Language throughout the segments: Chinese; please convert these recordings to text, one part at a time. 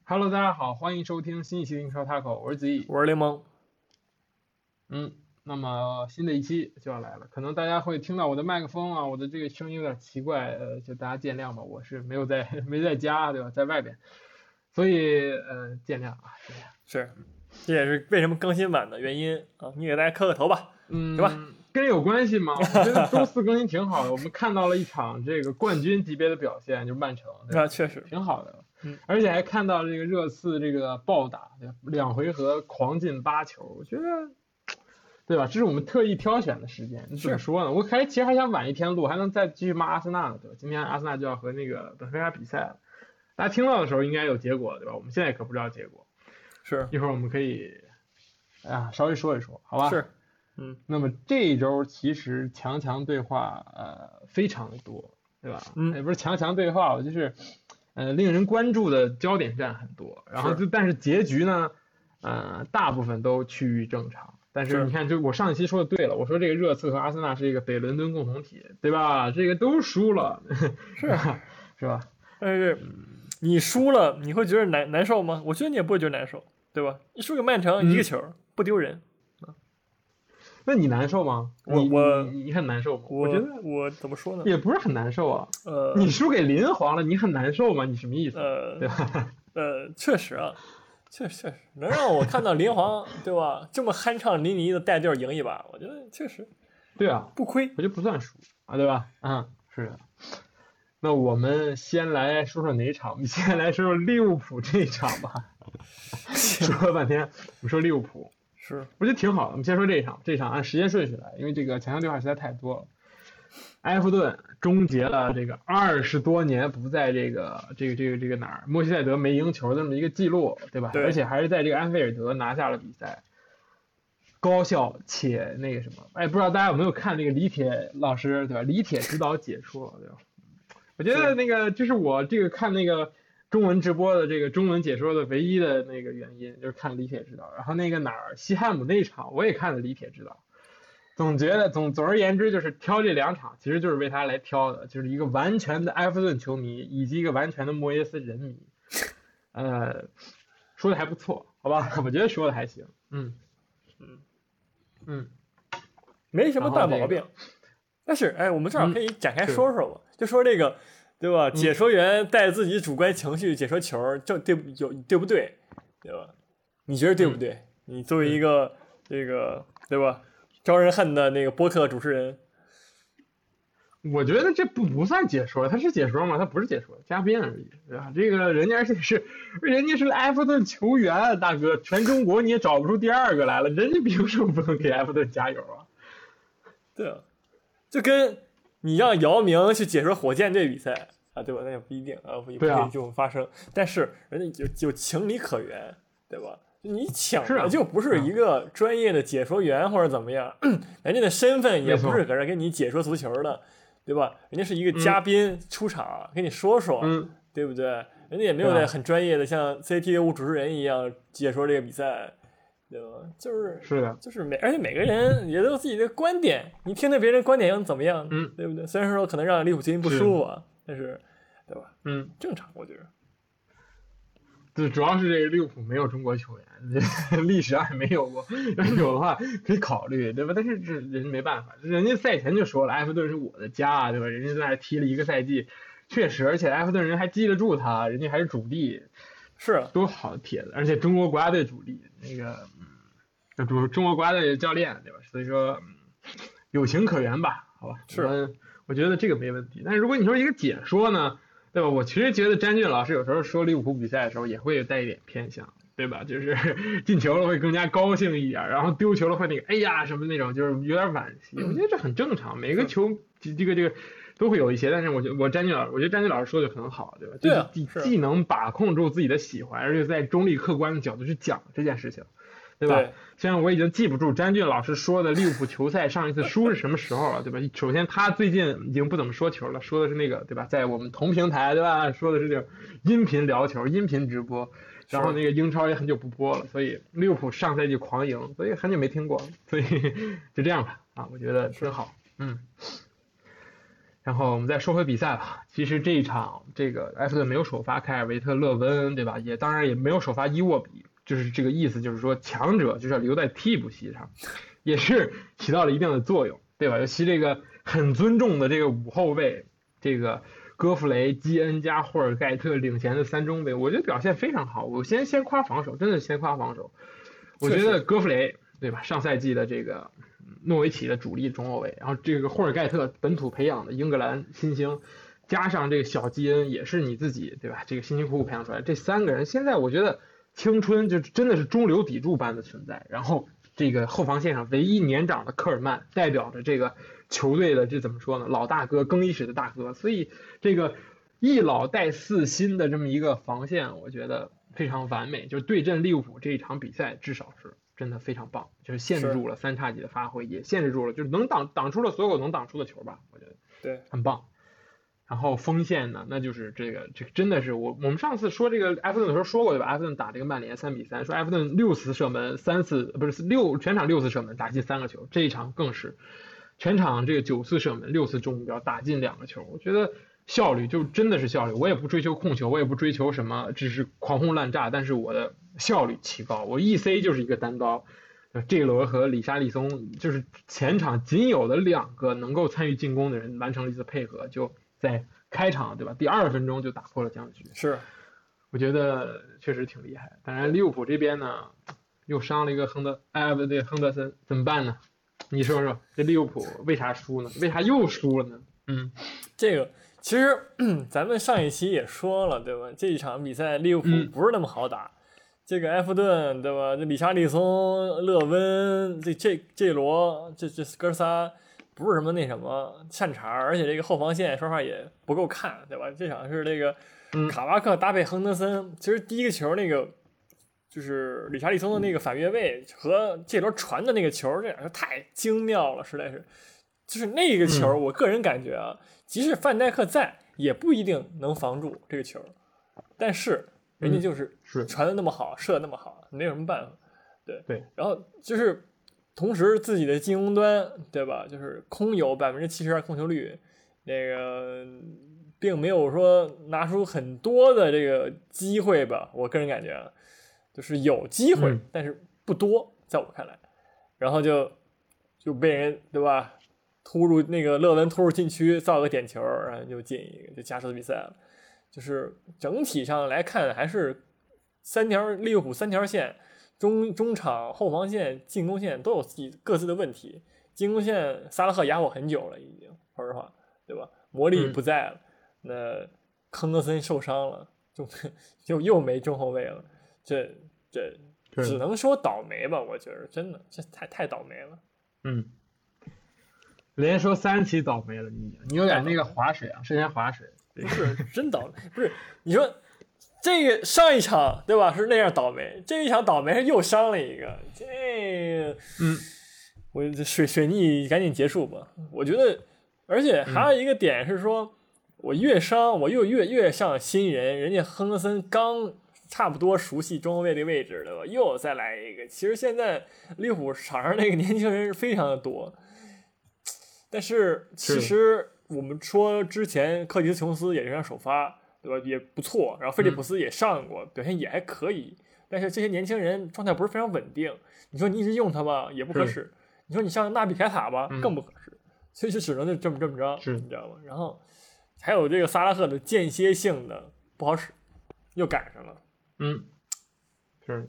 Hello，大家好，欢迎收听新一期的英超 Taco，我是子毅。 我是联盟。 那么新的一期就要来了，可能大家会听到我的麦克风啊，我的这个声音有点奇怪，就大家见谅吧，我是没有在没在家，对吧，在外边，所以见谅啊，见谅。 是，这也是为什么更新晚的原因啊！你给大家磕个头吧，对吧？ 跟有关系吗？我觉得周四更新挺好的，我们看到了一场这个冠军级别的表现，就是曼城， 啊，确实挺好的。而且还看到这个热刺这个暴打，2回合狂进8球，我觉得，对吧？这是我们特意挑选的时间。你怎么说呢？其实还想晚一天录，还能再继续骂阿森纳呢，对吧？今天阿森纳就要和那个本菲加比赛了，大家听到的时候应该有结果，对吧？我们现在可不知道结果， 是一会儿我们可以，稍微说一说，好吧？ 是， 那么这一周其实强对话非常的多，对吧？也不是强对话，就是令人关注的焦点战很多，然后但是结局呢，大部分都趋于正常。但是你看，就我上一期说的对了，我说这个热刺和阿森纳是一个北伦敦共同体，对吧？这个都输了，是吧？ 但是你输了，你会觉得难受吗？我觉得你也不会觉得难受，对吧？你输给曼城1个球，不丢人。 那你难受吗？你很难受吗？我觉得我怎么说呢？ 也不是很难受啊。你输给林皇了，你很难受吗？你什么意思？对吧？ 确实啊，确实能让我看到林皇，对吧？这么酣畅淋漓的带队赢一把，我觉得确实。 对啊， 不亏， 我觉得不算输啊，对吧？是的。那我们先来说说哪场？我们先来说说利物浦这一场吧。说了半天，我们说利物浦。 是， 我觉得挺好的。我们先说这一场按时间顺序来，因为这个强对话实在太多了。埃弗顿终结了这个20多年不在这个哪儿莫西塞德没赢球的这么一个记录，对吧？ 对， 而且还是在这个安菲尔德拿下了比赛，高效且那个什么，不知道大家有没有看那个李铁老师，对吧？李铁指导解说，对吧？我觉得那个就是我这个看那个中文直播的这个中文解说的唯一的那个原因，就是看李铁指导。然后那个西汉姆那一场我也看了李铁指导。总而言之，就是挑这2场，其实就是为他来挑的，就是一个完全的埃弗顿球迷以及一个完全的莫耶斯人迷。说的还不错，好吧？我觉得说的还行。 没什么大毛病。但是，我们正好可以展开说说吧，就说这个，对吧？解说员带自己主观情绪解说球，这对不对？对吧？你觉得对不对？你作为一个这个，对吧？招人恨的那个播客主持人， 我觉得这不算解说，他是解说吗？他不是解说，嘉宾而已，对吧？这个人家是埃弗顿球员，大哥，全中国你也找不出第2个来了，人家凭什么不能给埃弗顿加油啊？ 对啊，就跟你让姚明去解说火箭队比赛啊，对吧？那也不一定啊，也不一定就发生，但是人家有情理可原，对吧？你抢的就不是一个专业的解说员或者怎么样，人家的身份也不是搁这给你解说足球的，对吧？人家是一个嘉宾出场跟你说说，对不对？人家也没有很专业的像 CCTV 主持人一样解说这个比赛，对吧？ 是的， 就是而且每个人也都有自己的观点，你听听别人观点又怎么样？对不对？虽然说可能让利物浦球迷不舒服啊，但是，对吧？正常，我觉得。 对，主要是这个利物浦没有中国球员，历史上也没有过，要是有的话可以考虑，对吧？但是这人家没办法，人家赛前就说了，埃弗顿是我的家，对吧？人家在那踢了1个赛季，确实，而且埃弗顿人还记得住他，人家还是主力， 是多好的帖子，而且中国国家队主力，那个中国国家队教练，对吧？所以说有情可原吧，好吧？ 是， 我觉得这个没问题。但是如果你说一个解说呢？对吧？我其实觉得詹俊老师有时候说利物浦比赛的时候也会带一点偏向，对吧？就是进球了会更加高兴一点，然后丢球了会那个哎呀什么那种，就是有点惋惜。我觉得这很正常，每个球这个都会有一些。但是我觉得詹俊老师说的很好，对吧？ 对啊， 既能把控住自己的喜欢，而且在中立客观的角度去讲这件事情，对吧？虽然我已经记不住詹俊老师说的利物浦球赛上一次输是什么时候了，对吧？首先他最近已经不怎么说球了，说的是那个，对吧？在我们同平台，对吧？说的是这种音频聊球、音频直播，然后那个英超也很久不播了，所以利物浦上赛季狂赢，所以很久没听过，所以就这样吧，我觉得挺好， 然后我们再说回比赛吧。其实这一场这个埃弗顿没有首发凯尔维特勒温，对吧？当然也没有首发伊沃比，就是这个意思，就是说强者就是要留在替补席上，也是起到了一定的作用，对吧？尤其这个很尊重的这个5后卫，这个戈弗雷、基恩加霍尔盖特领衔的3中卫，我觉得表现非常好。我先夸防守，真的先夸防守。我觉得戈弗雷，对吧？上赛季的这个诺维奇的主力中后卫，然后这个霍尔盖特本土培养的英格兰新星，加上这个小基恩也是你自己，对吧？这个辛辛苦苦培养出来，这3个人现在我觉得青春就真的是中流砥柱般的存在。然后这个后防线上唯一年长的科尔曼，代表着这个球队的这怎么说呢？老大哥，更衣室的大哥。所以这个一老带4新的这么一个防线，我觉得非常完美。就是对阵利物浦这一场比赛，至少是真的非常棒，就是限制住了3叉戟的发挥，也限制住了，就是能挡出了所有能挡出的球吧，我觉得对很棒。然后锋线呢，那就是这个真的是我们上次说这个埃弗顿的时候说过对吧？埃弗顿打这个曼联3-3，说埃弗顿6次射门全场6次射门打进3个球，这一场更是全场这个9次射门6次中目标打进2个球，我觉得效率就真的是效率。我也不追求控球，我也不追求什么只是狂轰滥炸，但是我的效率提高，我 EC 就是一个单刀。这一轮和里沙利松就是前场仅有的2个能够参与进攻的人完成了一次配合，就在开场对吧？第20分钟就打破了僵局。 是， 我觉得确实挺厉害。当然利物浦这边呢又伤了一个亨德森，怎么办呢？你说说这利物浦为啥输呢？为啥又输了呢？ 这个其实咱们上一期也说了对吧？这一场比赛利物浦不是那么好打。这个埃弗顿对吧？这里沙利松、勒温，这罗这哥仨不是什么那什么善茬，而且这个后防线说实话也不够看，对吧？这场是这个卡巴克搭配亨德森，其实第一个球那个就是里沙利松的那个反越位和这罗传的那个球，这两个太精妙了，实在是，就是那个球，我个人感觉啊，即使范戴克在，也不一定能防住这个球，但是。人家就是传的那么好，射的那么好，没有什么办法。对，然后就是同时自己的进攻端，对吧？就是空有72%控球率，那个并没有说拿出很多的这个机会吧。我个人感觉啊，就是有机会，但是不多，在我看来。然后就被人对吧？突入那个勒文突入禁区造个点球，然后就进一个，就加时比赛了。就是整体上来看，还是利物浦3条线，中场、后防线、进攻线都有自己各自的问题。进攻线萨拉赫压我很久了，已经说实话，对吧？魔力不在了，那亨德森受伤了，就又没中后卫了，这只能说倒霉吧，我觉得真的这太倒霉了。 连说3期倒霉了，你有点那个划水啊，涉嫌划水。 不是真倒霉，不是你说这个上一场对吧是那样倒霉，这一场倒霉是又伤了一个，我这水逆赶紧结束吧，我觉得，而且还有一个点是说，我越伤我又越像新人，人家亨德森刚差不多熟悉中后卫的位置对吧，又再来一个，其实现在利物浦场上那个年轻人非常的多，但是其实。我们说之前克里斯琼斯也是让首发，对吧？也不错。然后菲利普斯也上过，表现也还可以。但是这些年轻人状态不是非常稳定。你说你一直用他吧，也不合适。你说你像纳比凯塔吧，更不合适。所以就只能就这么着，你知道吗？然后还有这个萨拉赫的间歇性的不好使，又赶上了。 是，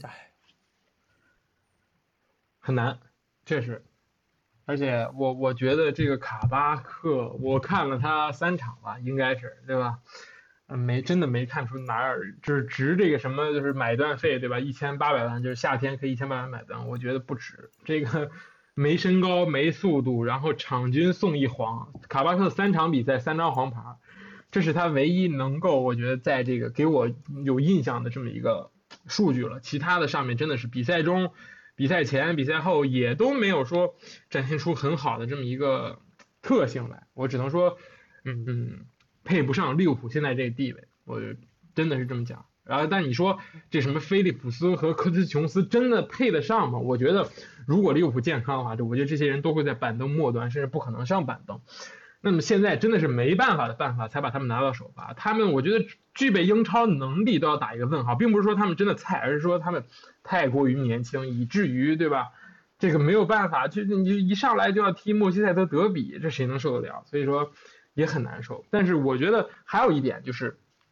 很难，确实。而且我觉得这个卡巴克，我看了他3场吧，应该是对吧？真的没看出哪儿就是值这个什么，就是买断费对吧？1800万，就是夏天可以1800万买断，我觉得不值。这个没身高没速度，然后场均送1黄，卡巴克3场比赛3张黄牌，这是他唯一能够我觉得在这个给我有印象的这么一个数据了。其他的上面真的是比赛中。比赛前、比赛后也都没有说展现出很好的这么一个特性来，我只能说，配不上利物浦现在这个地位，我真的是这么讲。然后，但你说这什么菲利普斯和科斯琼斯真的配得上吗？我觉得如果利物浦健康的话，我觉得这些人都会在板凳末端，甚至不可能上板凳。 那么现在真的是没办法的办法才把他们拿到首发。他们我觉得具备英超能力都要打一个问号，并不是说他们真的菜，而是说他们太过于年轻，以至于对吧？这个没有办法，就你一上来就要踢莫西塞德德比，这谁能受得了？所以说也很难受。但是我觉得还有一点就是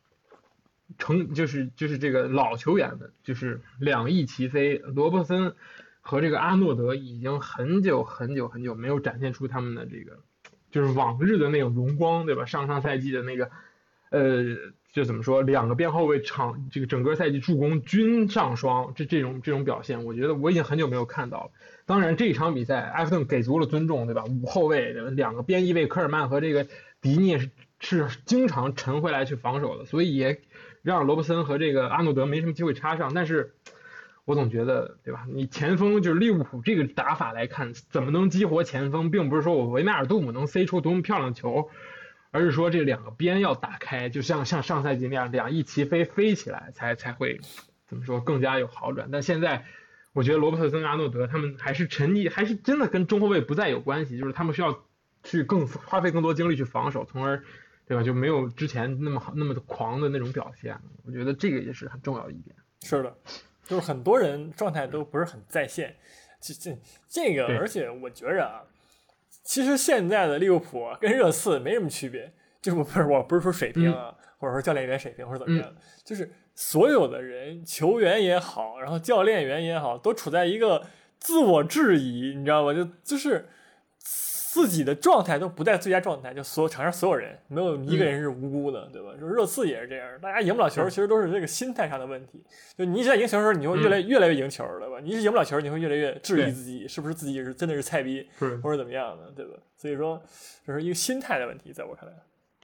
就是这个老球员们，就是两翼齐飞，罗伯森和这个阿诺德已经很久没有展现出他们的这个就是往日的那种荣光，对吧？上赛季的那个就怎么说，两个边后卫这个整个赛季助攻均上双，这种表现，我觉得我已经很久没有看到了。当然这一场比赛，埃弗顿给足了尊重，对吧？五后卫两个边翼卫科尔曼和这个迪涅是经常沉回来去防守的，所以也让罗伯森和这个阿诺德没什么机会插上。但是我总觉得，对吧？你前锋就是利物浦这个打法来看，怎么能激活前锋，并不是说我维纳尔杜姆能塞出多么漂亮的球，而是说这两个边要打开，就像上赛季那样两翼齐飞起来，才会怎么说更加有好转。但现在我觉得罗伯特森、阿诺德他们还是沉溺，还是真的跟中后卫不再有关系，就是他们需要去花费更多精力去防守，从而对吧就没有之前那么狂的那种表现。我觉得这个也是很重要的一点。 是的，就是很多人状态都不是很在线，这个，而且我觉着啊，其实现在的利物浦跟热刺没什么区别，就是我不是说水平啊，或者说教练员水平或者怎么样，就是所有的人，球员也好，然后教练员也好，都处在一个自我质疑，你知道吧？就是自己的状态都不在最佳状态，就场上所有人没有一个人是无辜的，对吧？就是热刺也是这样，大家赢不了球，其实都是这个心态上的问题。就你一直在赢球的时候，你会越来越赢球，对吧？你一直赢不了球，你会越来越质疑自己是不是自己真的是菜逼，或者怎么样的，对吧？所以说这是一个心态的问题，在我看来。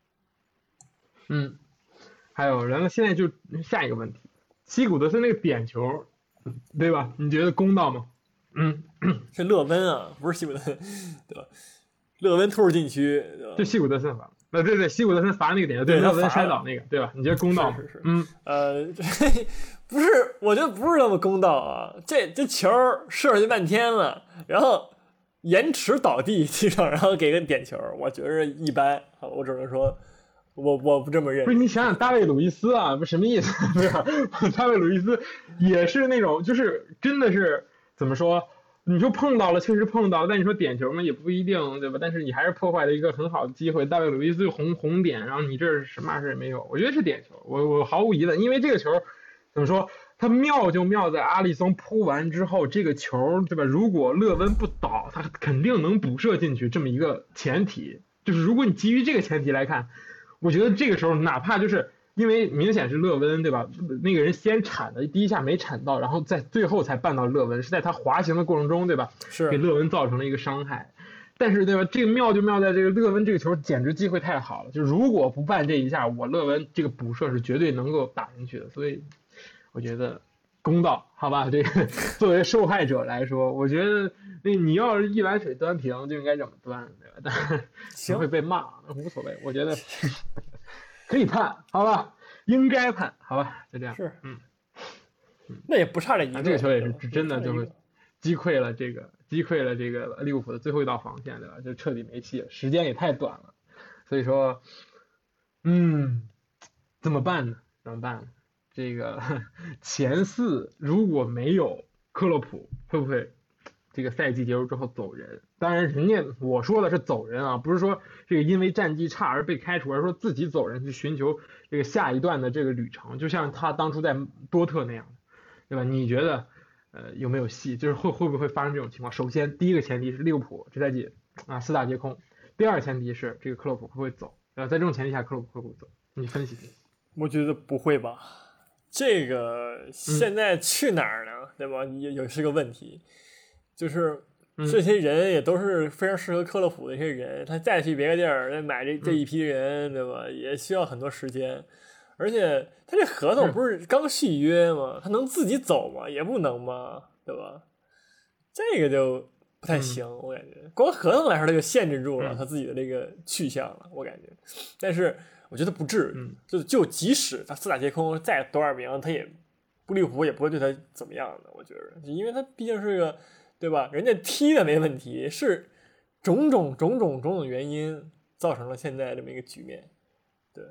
还有，然后现在就下一个问题，西古德森那个点球，对吧？你觉得公道吗？ 是勒温啊，不是西古德森，对吧？勒温突入禁区， 就西古德森罚，对，西古德森罚那个点球，对，勒温摔倒那个，对吧？你觉得公道吗？ 是，不是，我觉得不是那么公道啊。这球射出去半天了，然后延迟倒地地上，然后给个点球，我觉得一般，我只能说，我不这么认。 不是你想想大卫·鲁伊斯啊，不什么意思？对吧？大卫·鲁伊斯也是那种，就是真的是怎么说？你说碰到了，确实碰到了，但你说点球嘛，也不一定，对吧？但是你还是破坏了一个很好的机会。大卫·鲁伊斯红点，然后你这什么事也没有，我觉得是点球，我毫无疑问，因为这个球怎么说，他妙就妙在阿里松扑完之后，这个球，对吧？如果勒温不倒，他肯定能补射进去，这么一个前提，就是如果你基于这个前提来看，我觉得这个时候哪怕就是因为明显是勒温，对吧？那个人先铲的，第一下没铲到，然后在最后才绊到勒温，是在他滑行的过程中，对吧？ 是给勒温造成了一个伤害。但是对吧？这个妙就妙在这个勒温这个球简直机会太好了，就如果不绊这一下，我勒温这个补射是绝对能够打进去的。所以我觉得公道，好吧？这个作为受害者来说，我觉得你要是一碗水端平就应该这么端，对吧？但是会被骂，那无所谓，我觉得。可以判，好吧，应该判，好吧，就这样。 是，那也不差这一个。 这个球也是真的就会击溃了这个利物浦的最后一道防线，对吧？就彻底没戏了，时间也太短了。所以说，怎么办呢？这个前四如果没有克洛普，会不会这个赛季结束之后走人？当然，我说的是走人啊，不是说这个因为战绩差而被开除，而是说自己走人去寻求这个下一段的这个旅程，就像他当初在多特那样的，对吧？你觉得有没有戏？就是会不会发生这种情况？首先，第一个前提是利物浦这赛季四大皆空；第二前提是这个克洛普会不会走？在这种前提下，克洛普会不会走？你分析分析。 我觉得不会吧。这个现在去哪儿呢？对吧？也是个问题，就是这些人也都是非常适合克洛普的一些人，他再去别的地儿再买这一批人，对吧？也需要很多时间，而且他这合同不是刚续约吗？他能自己走吗？也不能嘛，对吧？这个就不太行，我感觉光合同来说他就限制住了他自己的这个去向了，我感觉。但是我觉得不至于，就即使他四大皆空再多少名，他也利物浦也不会对他怎么样的，我觉得，因为他毕竟是个，对吧？人家踢的没问题，是种种原因造成了现在这么一个局面。对，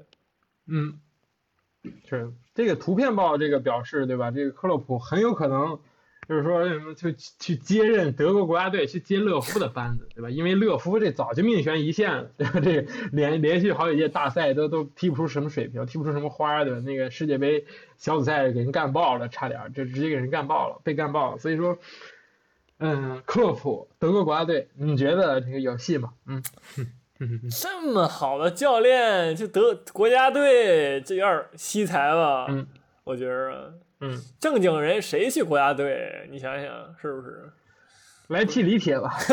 是这个图片报这个表示，对吧？这个克洛普很有可能就是说什么去接任德国国家队，去接勒夫的班子，对吧？因为勒夫这早就命悬一线了，对吧？这个连续好几届大赛都踢不出什么水平，踢不出什么花，对吧？那个世界杯小组赛给人干爆了，差点这直接给人干爆了，被干爆了。所以说，克洛普德国国家队，你觉得这个有戏吗？ 这么好的教练，就国家队，这有点惜才吧？我觉着，正经人谁去国家队？你想想是不是？ 来踢李铁吧。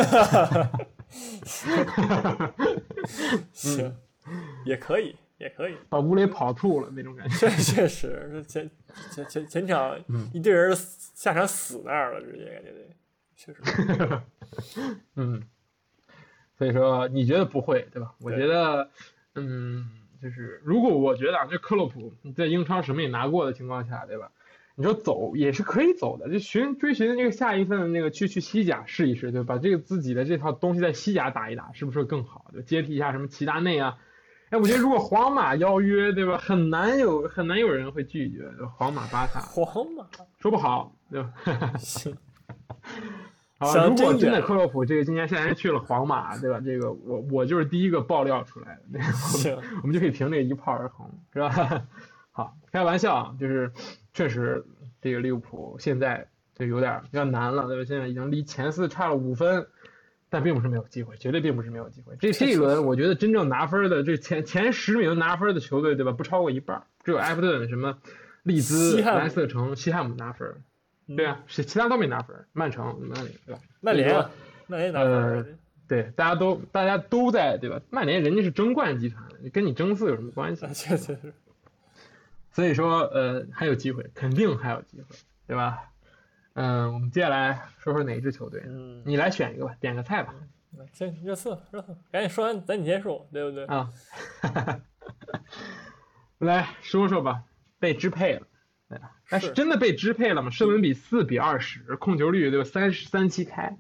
行，也可以， 把吴磊跑吐了那种感觉。 确实，前场一堆人下场死那儿了，直接感觉确实。 所以说你觉得不会，对吧？我觉得，就是如果我觉得这克洛普在英超什么也拿过的情况下，对吧？你说走也是可以走的，就追寻这个下一份那个去西甲试一试，对吧？把这个自己的这套东西在西甲打一打，是不是更好？就接替一下什么齐达内啊？我觉得如果皇马邀约，对吧？很难有人会拒绝。皇马、巴萨， 皇马说不好，对吧？好，如果真的克洛普这个今年现在去了皇马，对吧？这个我就是第一个爆料出来的，我们就可以凭这个一炮而红，是吧？好，开玩笑啊，就是确实这个利物浦现在就有点难了，对吧？现在已经离前4差了5分，但并不是没有机会，绝对并不是没有机会。这一轮我觉得真正拿分的这前10名拿分的球队，对吧？不超过一半，只有埃弗顿、什么利兹、莱斯特城、西汉姆拿分。对啊，其他都没拿分，曼城、曼联，对吧？ 曼联拿分， 对，大家都在，对吧？曼联人家是争冠集团，跟你争4有什么关系？ 确实是。 所以说，还有机会，肯定还有机会，对吧？我们接下来说说哪支球队？你来选一个吧，点个菜吧。 行，热刺，赶紧说完，咱结束，对不对？ 啊，来说说吧，被支配了。但是真的被支配了吗？射门比4比20，控球率对吧？33-7开，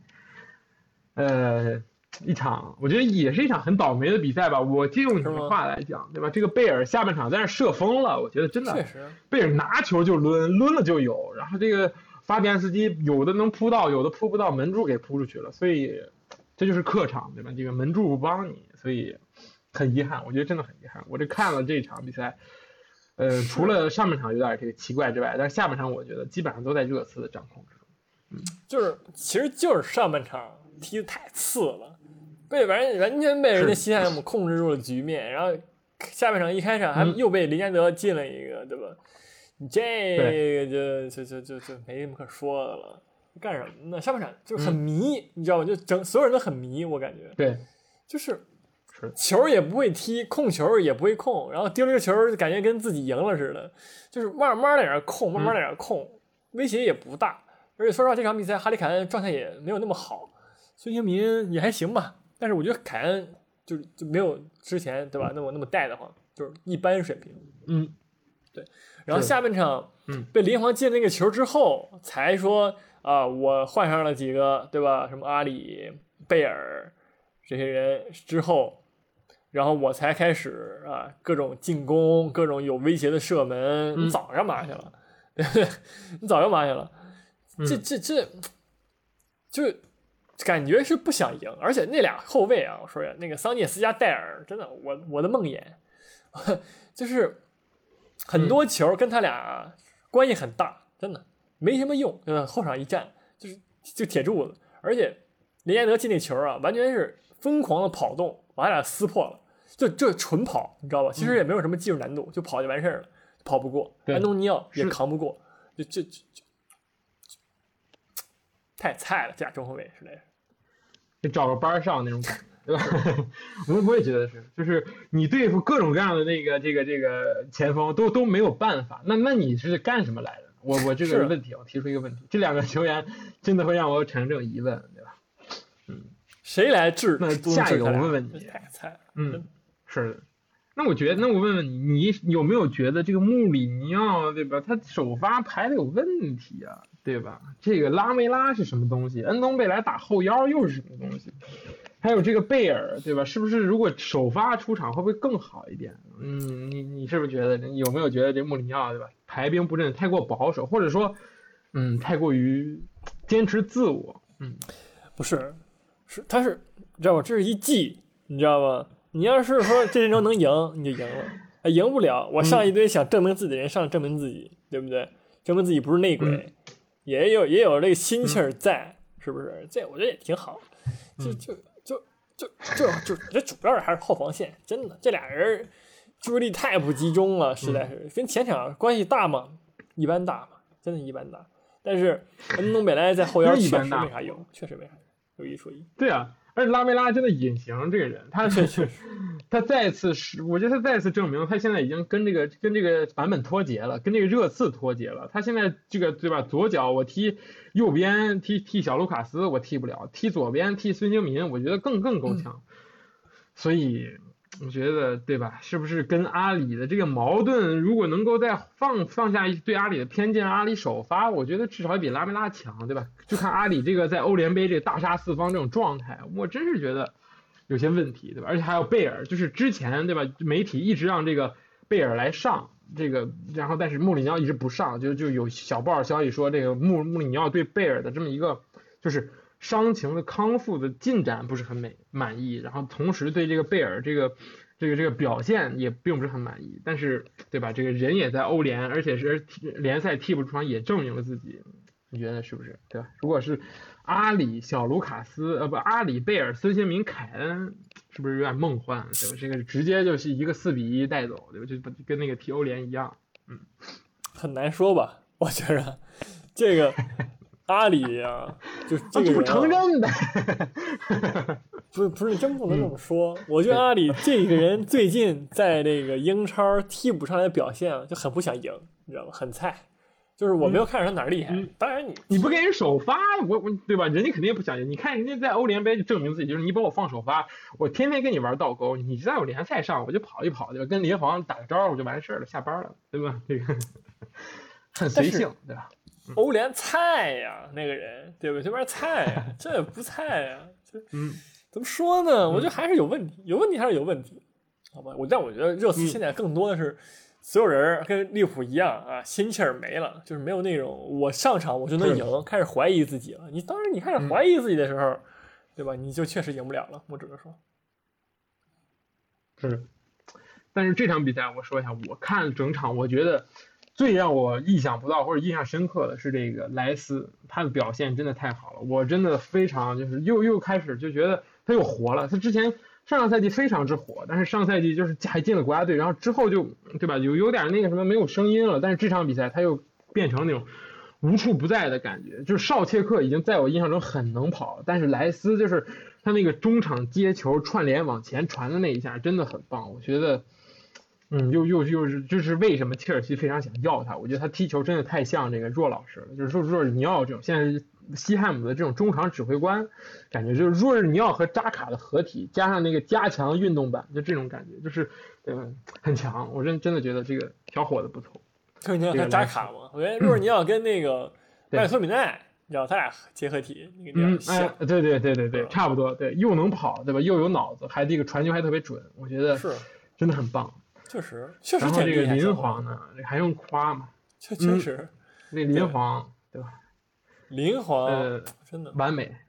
一场我觉得也是一场很倒霉的比赛吧。我借用你的话来讲，对吧？这个贝尔下半场在那射疯了，我觉得真的，贝尔拿球就抡了就有，然后这个法比安斯基有的能扑到，有的扑不到，门柱给扑出去了，所以这就是客场，对吧？这个门柱不帮你，所以很遗憾，我觉得真的很遗憾。我这看了这场比赛。除了上半场有点这个奇怪之外，但是下半场我觉得基本上都在热刺的掌控之中。其实就是上半场踢得太次了，完全被人家西汉姆控制住了局面，然后下半场一开场还又被林加德进了一个，对吧？这个就没什么可说的了。干什么呢？下半场就是很迷，你知道吗？就所有人都很迷，我感觉。 对， 就是。球也不会踢，控球也不会控，然后丢了个球感觉跟自己赢了似的，就是慢慢在那控，威胁也不大。而且说实话，这场比赛哈里凯恩状态也没有那么好，孙兴民也还行吧，但是我觉得凯恩就没有之前对吧那么带的慌，就是一般水平。对。然后下半场被林皇进那个球之后，才说我换上了几个对吧，什么阿里、贝尔这些人之后。然后我才开始各种进攻，各种有威胁的射门。你早干嘛去了？对不对？你早干嘛去了？这就感觉是不想赢，而且那俩后卫啊，我说呀，那个桑切斯加戴尔，真的我的梦魇，就是很多球跟他俩关系很大，真的没什么用，后场一站就铁柱子，而且林加德进那球啊，完全是疯狂的跑动。把他俩撕破了，就纯跑，你知道吧？其实也没有什么技术难度，就跑就完事儿了，跑不过。安东尼奥也扛不过，就太菜了，这俩中后卫实在是。 得找个班上那种感觉，对吧？我也觉得是，就是你对付各种各样的这个前锋都没有办法，那你是干什么来的？我这个问题，我提出一个问题，这两个球员真的会让我产生这种疑问，对吧？ 谁来治？ 那下一个我问问你， 太菜， 是的。那我问问你有没有觉得这个穆里尼奥，对吧？他首发排的有问题啊，对吧？这个拉梅拉是什么东西？恩东贝莱打后腰又是什么东西？ 还有这个贝尔，对吧？是不是如果首发出场会不会更好一点？你是不是觉得有没有觉得这穆里尼奥对吧？排兵布阵太过保守，或者说太过于坚持自我？ 不是，他是你知道吗？这是一计，你知道吗？你要是说这阵中能赢，你就赢了，赢不了，我上一堆想证明自己的人上证明自己，对不对？证明自己不是内鬼，也有这个心气儿在，是不是？这我觉得也挺好。这主要还是后防线，真的，这俩人注意力太不集中了，实在是跟前场关系大吗？一般大嘛，真的一般大。但是恩东贝莱在后腰确实没啥用，确实没啥用，有一说一。 对啊，而且拉梅拉真的隐形这个人，他再次我觉得他再次证明他现在已经跟这个版本脱节了，跟这个热刺脱节了。他现在这个对吧？左脚我踢右边踢小卢卡斯我踢不了，踢左边踢孙兴民我觉得更够呛。所以我觉得对吧？是不是跟阿里的这个矛盾，如果能够再放下对阿里的偏见，阿里首发，我觉得至少比拉梅拉强，对吧？就看阿里这个在欧联杯这个大杀四方这种状态，我真是觉得有些问题，对吧？而且还有贝尔，就是之前对吧？媒体一直让这个贝尔来上这个，然后但是穆里尼奥一直不上，就有小报消息说这个穆里尼奥对贝尔的这么一个就是伤情的康复的进展不是很满意，然后同时对这个贝尔这个表现也并不是很满意，但是对吧？这个人也在欧联，而且是联赛替补出场也证明了自己，你觉得是不是？对吧？如果是阿里、小卢卡斯，阿里、贝尔、孙兴民、凯恩，是不是有点梦幻？对吧？这个直接就是一个4-1带走，对吧？就跟那个踢欧联一样， 很难说吧？我觉着这个阿里啊，就这个人、 不承认呗。 不是，真不能这么说。我觉得阿里这个人最近在这个英超替补上来的表现就很不想赢，你知道吗？很菜。就是我没有看出他哪儿厉害。当然你不给人首发，我对吧？人家肯定也不想赢。你看人家在欧联杯就证明自己，就是你把我放首发，我天天跟你玩倒钩，你在我联赛上我就跑一跑，对吧？跟林皇打个招呼就完事儿了，下班了，对吧？这个很随性，对吧？ 欧联菜呀，那个人对吧？这边菜呀，这也不菜呀，怎么说呢？我觉得还是有问题，有问题还是有问题，好吧？但我觉得热刺现在更多的是。所有人跟利物浦一样啊，心气儿没了，就是没有那种我上场我就能赢，开始怀疑自己了。你当然你开始怀疑自己的时候，对吧？你就确实赢不了了。我只能说， 是。但是这场比赛我说一下，我看整场，我觉得最让我意想不到或者印象深刻的是这个莱斯，他的表现真的太好了，我真的非常就是又开始就觉得他又活了，他之前。上个赛季非常之火，但是上赛季就是还进了国家队，然后之后就对吧，有点那个什么没有声音了。但是这场比赛他又变成那种无处不在的感觉，就是绍切克已经在我印象中很能跑，但是莱斯就是他那个中场接球串联往前传的那一下真的很棒，我觉得又是就是为什么切尔西非常想要他，我觉得他踢球真的太像这个若老师了，就是说若尔尼奥这种现在西汉姆的这种中场指挥官，感觉就是若尔尼奥和扎卡的合体，加上那个加强运动版，就这种感觉，就是很强。我真的觉得这个小伙子不错。 若尔尼奥和扎卡嘛，我觉得若尔尼奥跟那个麦托米奈，你知道他俩结合体那个点像。 对，差不多，对，又能跑，对吧？又有脑子，还这个传球还特别准，我觉得是真的很棒。 确实然后这个林皇呢，还用夸嘛？ 确实， 那林皇对吧？ 林皇真的完美，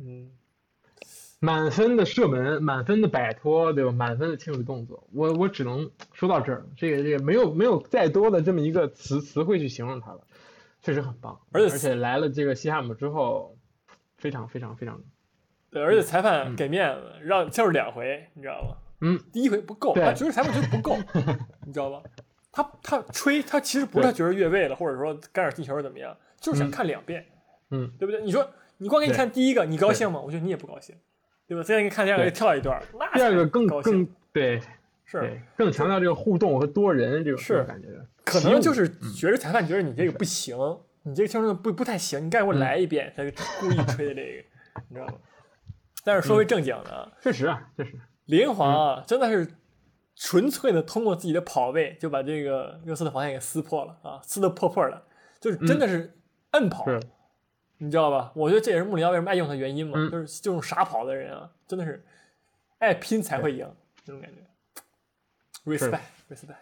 满分的射门，满分的摆脱，对吧？满分的庆祝动作，我只能说到这儿，这个没有再多的这么一个词汇去形容他了，确实很棒，而且来了这个西汉姆之后，非常对，而且裁判给面子，让就是2回，你知道吗？第一回不够，他觉得裁判觉得不够，你知道吧？他吹，他其实不是他觉得越位了，或者说干扰进球怎么样，就是想看2遍。对不对？你说你光给你看第一个，你高兴吗？我觉得你也不高兴，对吧？现在给你看第2个，跳一段，那第2个更对， 是更强调这个互动和多人这种感觉。 可能就是觉得裁判觉得你这个不行，你这个球不太行，你该给我来一遍，他就故意吹的这个，你知道吗？但是说回正经的， 确实啊，确实， 林皇啊，真的是纯粹的通过自己的跑位就把这个热刺的防线给撕破了啊，撕得破的，就是真的是摁跑。 你知道吧？我觉得这也是穆里尼奥为什么爱用他的原因嘛，就是这种傻跑的人啊，真的是爱拼才会赢，这种感觉。respect，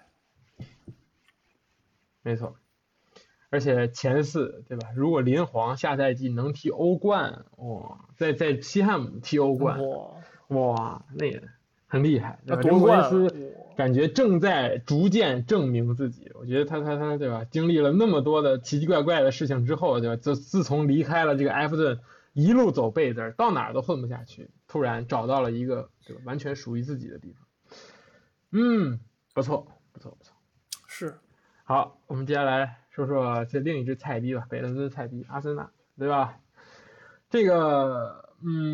没错。而且前4对吧？如果林皇下赛季能踢欧冠，哇，在西汉姆踢欧冠，哇，那也很厉害，对吧？ 夺冠， 莫耶斯感觉正在逐渐证明自己。我觉得他对吧？经历了那么多的奇奇怪怪的事情之后，对吧？自从离开了这个埃弗顿，一路走背字，到哪儿都混不下去，突然找到了一个对吧？完全属于自己的地方。不错。 是。 好，我们接下来说说这另一支菜逼吧，北伦敦菜逼阿森纳，对吧？这个，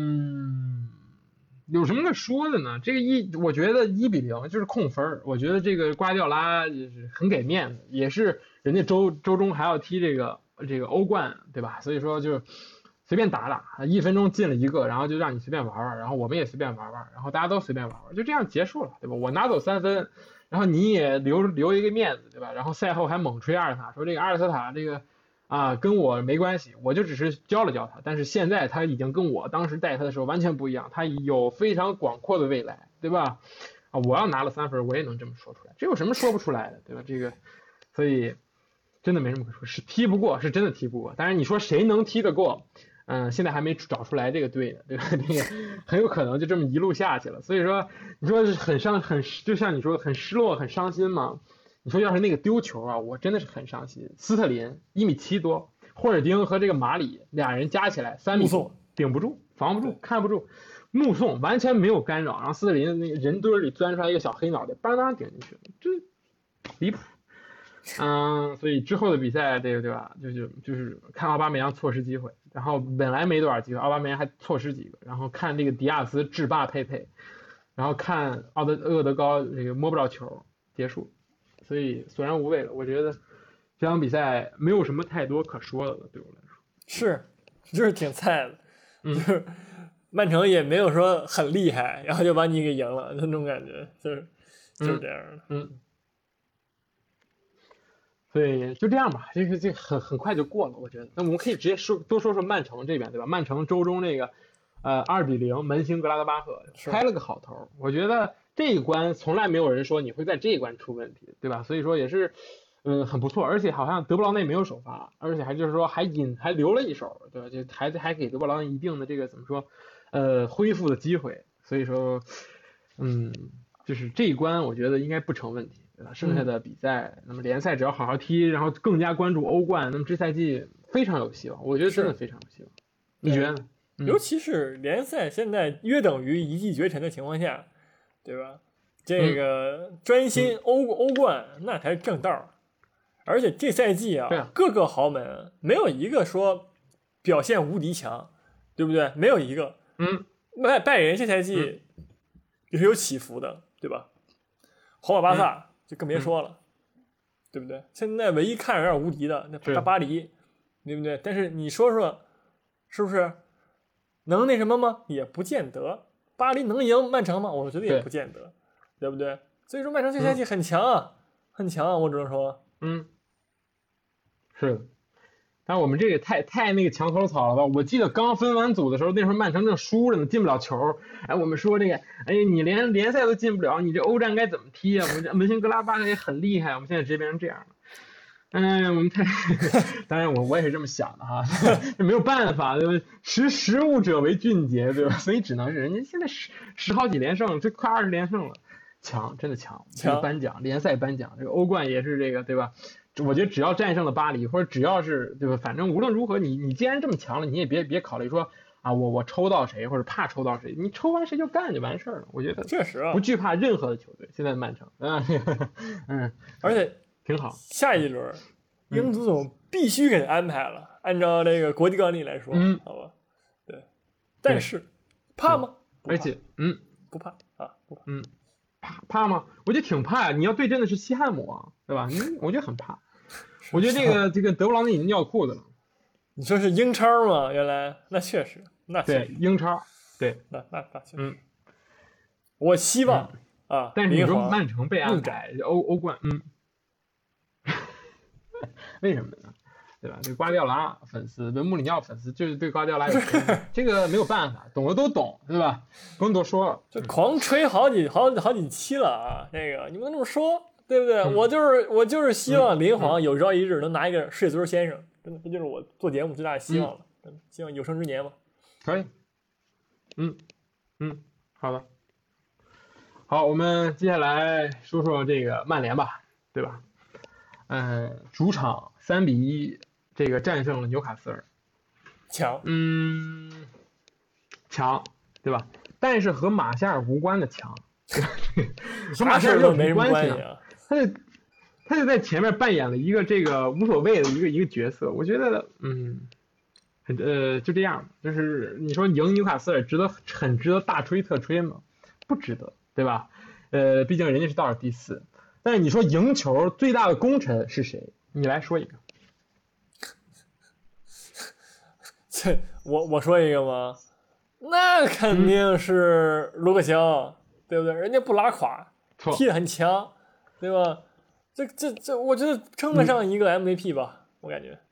有什么可说的呢？这个我觉得1-0就是控分，我觉得这个瓜迪奥拉也是很给面子，也是人家周中还要踢这个欧冠，对吧？所以说就随便打1分钟进了1个，然后就让你随便玩，然后我们也随便玩，然后大家都随便玩，就这样结束了，对吧？我拿走3分。然后你也留一个面子，对吧？然后赛后还猛吹阿尔塔，说这个阿尔特塔这个跟我没关系，我就只是教了教他，但是现在他已经跟我当时带他的时候完全不一样，他有非常广阔的未来，对吧？我要拿了3分，我也能这么说出来，这有什么说不出来的，对吧？这个，所以真的没什么可说，是踢不过，是真的踢不过。当然你说谁能踢得过？现在还没找出来这个队呢，对吧？这个很有可能就这么一路下去了。所以说，你说是就像你说很失落、很伤心嘛。你说要是那个丢球啊，我真的是很伤心。斯特林1.7米多，霍尔丁和这个马里俩人加起来3米多，顶不住，防不住，看不住。目送完全没有干扰，然后斯特林那个人堆里钻出来一个小黑脑袋，邦当顶进去了，这离谱。所以之后的比赛，对吧？就是看奥巴梅扬错失机会，然后本来没多少机会，奥巴梅扬还错失几个，然后看这个迪亚斯制霸佩佩，然后看厄德高这个摸不着球结束，所以索然无味了。我觉得这场比赛没有什么太多可说的了，对我来说是，就是挺菜的，就是曼城也没有说很厉害，然后就把你给赢了那种感觉，就是这样的， 所以就这样吧，这个很快就过了，我觉得。那我们可以直接多说说曼城这边，对吧？曼城周中这个2-0门兴格拉德巴赫开了个好头，我觉得这一关从来没有人说你会在这一关出问题，对吧？所以说也是很不错，而且好像德布劳内没有首发，而且还就是说还留了一手，对吧？就还给德布劳内一定的这个怎么说恢复的机会，所以说就是这一关我觉得应该不成问题。对吧？剩下的比赛，那么联赛只要好好踢，然后更加关注欧冠，那么这赛季非常有希望。我觉得真的非常有希望。你觉得呢？ 尤其是联赛现在约等于一骑绝尘的情况下，对吧？这个专心欧冠那才是正道。而且这赛季各个豪门没有一个说表现无敌强，对不对？没有一个。拜仁这赛季也是有起伏的，对吧？皇马巴萨就更别说了，对不对？现在唯一看着有点无敌的那巴黎，对不对？但是你说说，是不是能那什么吗？也不见得。巴黎能赢曼城吗？我觉得也不见得， 对不对？所以说曼城这赛季很强啊，很强啊，我只能说， 是的。但是我们这个太那个墙头草了吧？我记得刚分完组的时候，那时候曼城正输着呢，进不了球。我们说这个，你连联赛都进不了，你这欧战该怎么踢啊？我们这门兴格拉巴赫也很厉害，我们现在直接变成这样了。我们当然我也是这么想的哈，没有办法，对吧？食物者为俊杰，对吧？所以只能是人家现在十好几连胜，这快20连胜了，强，真的强。这个颁奖，联赛颁奖，这个欧冠也是这个，对吧？我觉得只要战胜了巴黎，或者只要是对吧，反正无论如何，你既然这么强了，你也别考虑说我抽到谁或者怕抽到谁，你抽完谁就干就完事儿了。我觉得确实不惧怕任何的球队。现在曼城而且挺好。 下一轮英足总必须给他安排了，按照这个国际惯例来说，好吧？对，但是怕吗？ 而且不怕啊，不怕。 怕吗？我觉得挺怕呀。你要对阵的是西汉姆啊，对吧？我觉得很怕。我觉得这个德布劳内已经尿裤子了。 你说是英超吗？原来那确实， 对英超，对， 那确实。我希望但是你说曼城被安排欧冠，为什么呢？ 对吧？对瓜迪奥拉粉丝，对穆里尼奥粉丝，就是对瓜迪奥拉有这个没有办法，懂的都懂，对吧？不用多说了。 就狂吹好几期了啊！这个你们这么说，对不对？我就是希望林皇有朝一日能拿一个世界足球先生，真的，这就是我做节目最大的希望了。希望有生之年嘛。 可以。好的。好，我们接下来说说这个曼联吧，对吧？主场3-1这个战胜了纽卡斯尔， 强， 强，对吧？但是和马夏尔无关的强，和马夏尔有什么关系啊？他就在前面扮演了一个这个无所谓的一个角色，我觉得就这样，就是你说赢纽卡斯尔很值得大吹特吹吗？不值得，对吧？毕竟人家是倒数第4。但是你说赢球最大的功臣是谁？你来说一个。 我说一个吗？那肯定是卢克肖，对不对？人家不拉垮，踢得很强，对吧？这，我觉得称得上一个 MVP 吧，我感觉。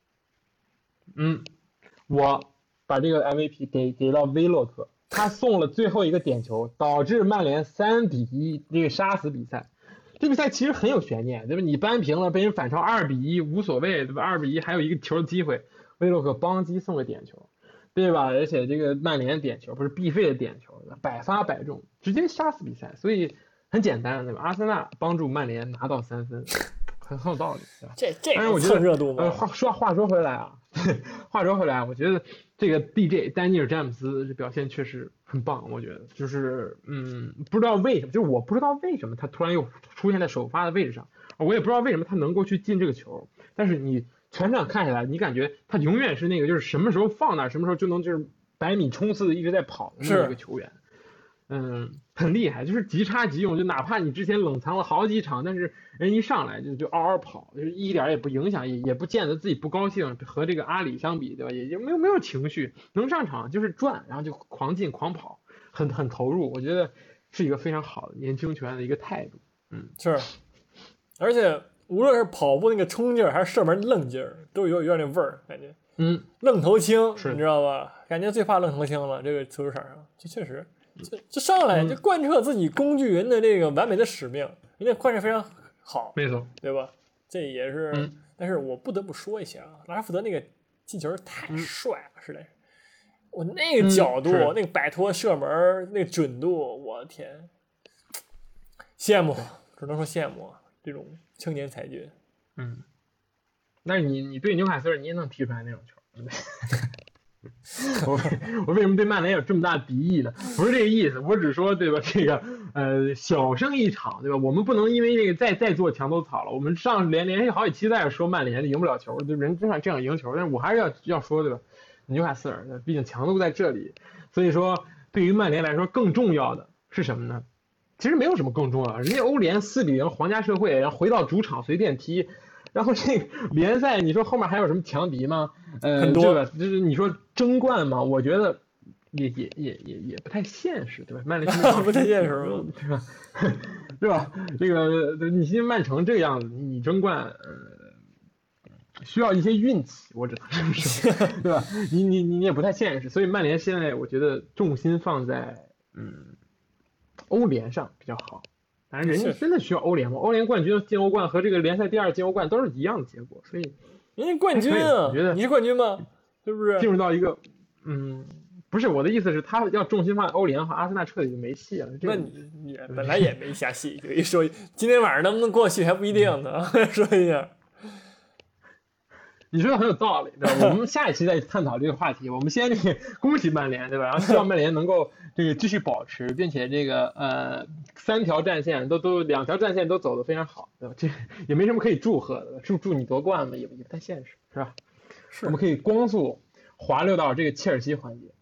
我把这个 MVP 给到威洛特，他送了最后一个点球，导致曼联3-1这个杀死比赛。这比赛其实很有悬念，对吧？你扳平了，被人反超2-1无所谓，对吧？2-1还有一个球的机会，威洛克邦基送个点球，对吧？而且这个曼联点球不是必费的点球，百发百中，直接杀死比赛。所以很简单，对吧？阿森纳帮助曼联拿到3分，很有道理，对吧？ 这但是我觉得热度吗？ 话说回来啊，我觉得这个 DJ 丹尼尔詹姆斯这表现确实很棒，我觉得就是不知道为什么，就是我不知道为什么他突然又出现在首发的位置上，我也不知道为什么他能够去进这个球，但是你全场看下来，你感觉他永远是那个就是什么时候放那什么时候就能就是100米冲刺的一直在跑的那么一个球员。很厉害，就是即插即用，就哪怕你之前冷藏了好几场，但是人一上来就嗷嗷跑，就是一点也不影响，也不见得自己不高兴。和这个阿里相比，对吧？也就没有情绪，能上场就是转，然后就狂进狂跑，很投入。我觉得是一个非常好的年轻球员的一个态度。 是，而且无论是跑步那个冲劲儿，还是射门愣劲儿，都有点那味儿，感觉。愣头青，你知道吧？感觉最怕愣头青了。这个足球场上，这确实。这上来就贯彻自己工具人的这个完美的使命，人家贯彻非常好， 没错， 对吧？这也是，但是我不得不说一下啊，拉什福德那个进球太帅了，实在是，我那个角度，那个摆脱射门，那个准度，我的天，羡慕，只能说羡慕这种青年才俊。 那你对纽卡斯尔你也能踢出来那种球，对不对？我为什么对曼联有这么大敌意呢？不是这个意思，我只说对吧？这个小胜一场，对吧？我们不能因为这个再做墙头草了。我们连续好几期在这说曼联赢不了球，就人这样赢球，但是我还是要说对吧？纽卡斯尔，毕竟强度在这里，所以说对于曼联来说更重要的是什么呢？其实没有什么更重要，人家欧联4-0皇家社会，然后回到主场随便踢。然后这个联赛，你说后面还有什么强敌吗？ 很多， 就是你说争冠嘛，我觉得也不太现实，对吧？曼联不太现实， 对吧？对吧？这个你现在曼城这个样子，你争冠，需要一些运气，我只能这么说，对吧？你也不太现实，所以曼联现在我觉得重心放在欧联上比较好。反正人家真的需要欧联吗？欧联冠军进欧冠和这个联赛第2进欧冠都是一样的结果，所以人家冠军啊，你是冠军吗？是不是？ 进入到一个不是我的意思是，他要重心放在欧联和阿森纳彻底就没戏了。 那你本来也没下戏，就一说今天晚上能不能过去还不一定呢。说一下， 你说的很有道理，对吧？我们下一期再探讨这个话题。我们先这个恭喜曼联，对吧？然后希望曼联能够这个继续保持，并且这个2条战线2条战线都走得非常好，对吧？这也没什么可以祝贺的，祝你夺冠嘛，也不太现实，是吧？我们可以光速滑溜到这个切尔西环节。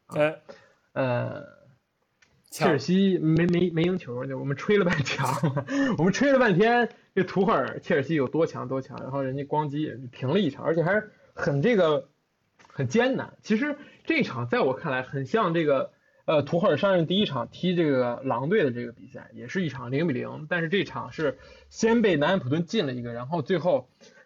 切尔西没赢球，我们吹了半场，我们吹了半天，这图赫尔切尔西有多强，然后人家光基平了一场，而且还是很艰难。其实这场在我看来很像这个图赫尔上任第一场踢这个狼队的这个比赛，也是一场0-0，但是这场是先被南安普顿进了一个，然后最后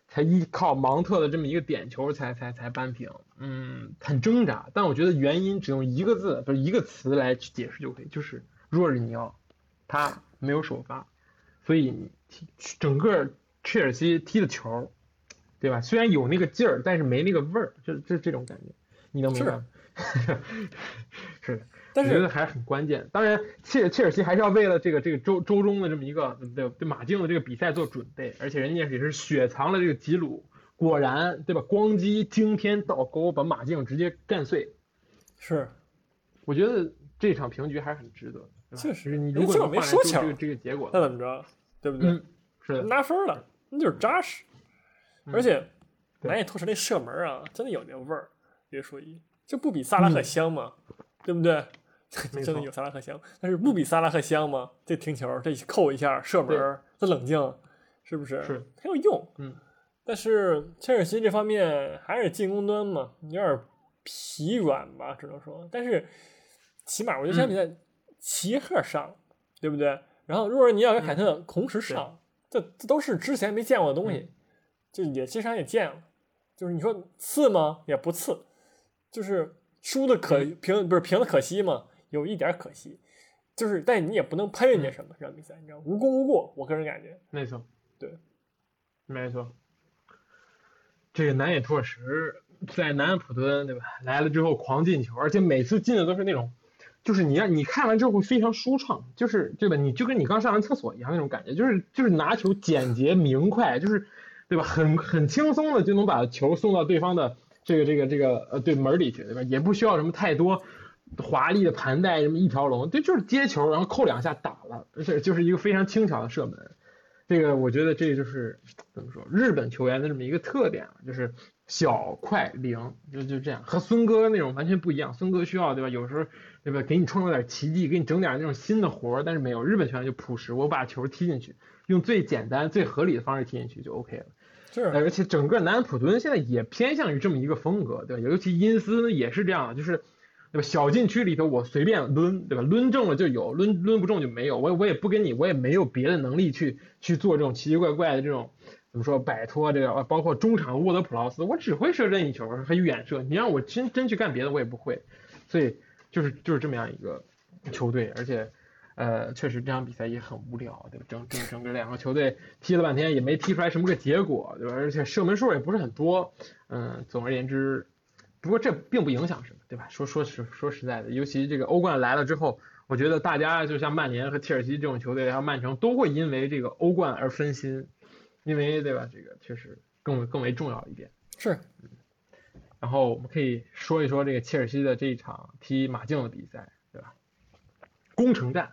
才依靠芒特的这么一个点球才扳平，很挣扎。但我觉得原因只用一个字，不是一个词来解释就可以，就是若日尼奥，他没有首发，所以整个切尔西踢的球，对吧？虽然有那个劲儿，但是没那个味儿，这种感觉，你能明白吗？是的， 但是我觉得还是很关键。当然，切尔西还是要为了这个周中的这么一个对马竞的这个比赛做准备，而且人家也是雪藏了这个吉鲁，果然对吧？光击惊天倒钩，把马竞直接干碎。 是， 我觉得这场平局还是很值得。 确实， 你如果能没收球这个结果， 那怎么着？对不对？ 是的， 拿分了，那就是扎实。而且南野拓实那射门啊，真的有那味儿，别说这不比萨拉赫香吗？对不对？真的有萨拉赫香，但是不比萨拉赫香吗？这停球，这扣一下射门，这冷静，是不是？ 是很有用。但是切尔西这方面还是进攻端嘛，有点疲软吧，只能说。但是起码我觉得这场比赛齐赫上，对不对？然后若尔尼奥跟凯特同时上，这都是之前没见过的东西，就也这场也见了。就是你说次吗？也不次，就是输的平的可惜嘛，有一点可惜，就是但你也不能喷人家什么这场比赛，你知道无功无过，我个人感觉。 没错， 对， 没错。这个南野拓实在南安普敦对吧？来了之后狂进球，而且每次进的都是那种，就是你看完之后会非常舒畅，就是对吧？你就跟你刚上完厕所一样那种感觉，就是拿球简洁明快，就是对吧？很轻松的就能把球送到对方的这个对门里去，对吧？也不需要什么太多华丽的盘带，什么一条龙，对，就是接球然后扣2下打了，而且就是一个非常轻巧的射门。这个我觉得这就是怎么说，日本球员的这么一个特点，就是小快灵，就这样，和孙哥那种完全不一样。孙哥需要对吧？有时候对吧，给你创造点奇迹，给你整点那种新的活，但是没有，日本球员就朴实，我把球踢进去，用最简单最合理的方式踢进去就 OK 了。 是， 而且整个南安普敦现在也偏向于这么一个风格，对吧？尤其因斯呢也是这样，就是对吧？小禁区里头我随便抡，对吧？抡中了就有，抡不中就没有。我也不跟你，我也没有别的能力去做这种奇奇怪怪的这种怎么说摆脱这个，包括中场沃德普劳斯，我只会射任意球和远射，你让我真去干别的我也不会。所以就是这么样一个球队，而且确实这场比赛也很无聊，对吧？整个两个球队踢了半天也没踢出来什么个结果，对吧？而且射门数也不是很多，总而言之。不过这并不影响什么，对吧？说实在的，尤其这个欧冠来了之后，我觉得大家就像曼联和切尔西这种球队，还有曼城，都会因为这个欧冠而分心，因为对吧？这个确实更为重要一点。 是。 然后我们可以说一说这个切尔西的这一场踢马竞的比赛，对吧？攻城战，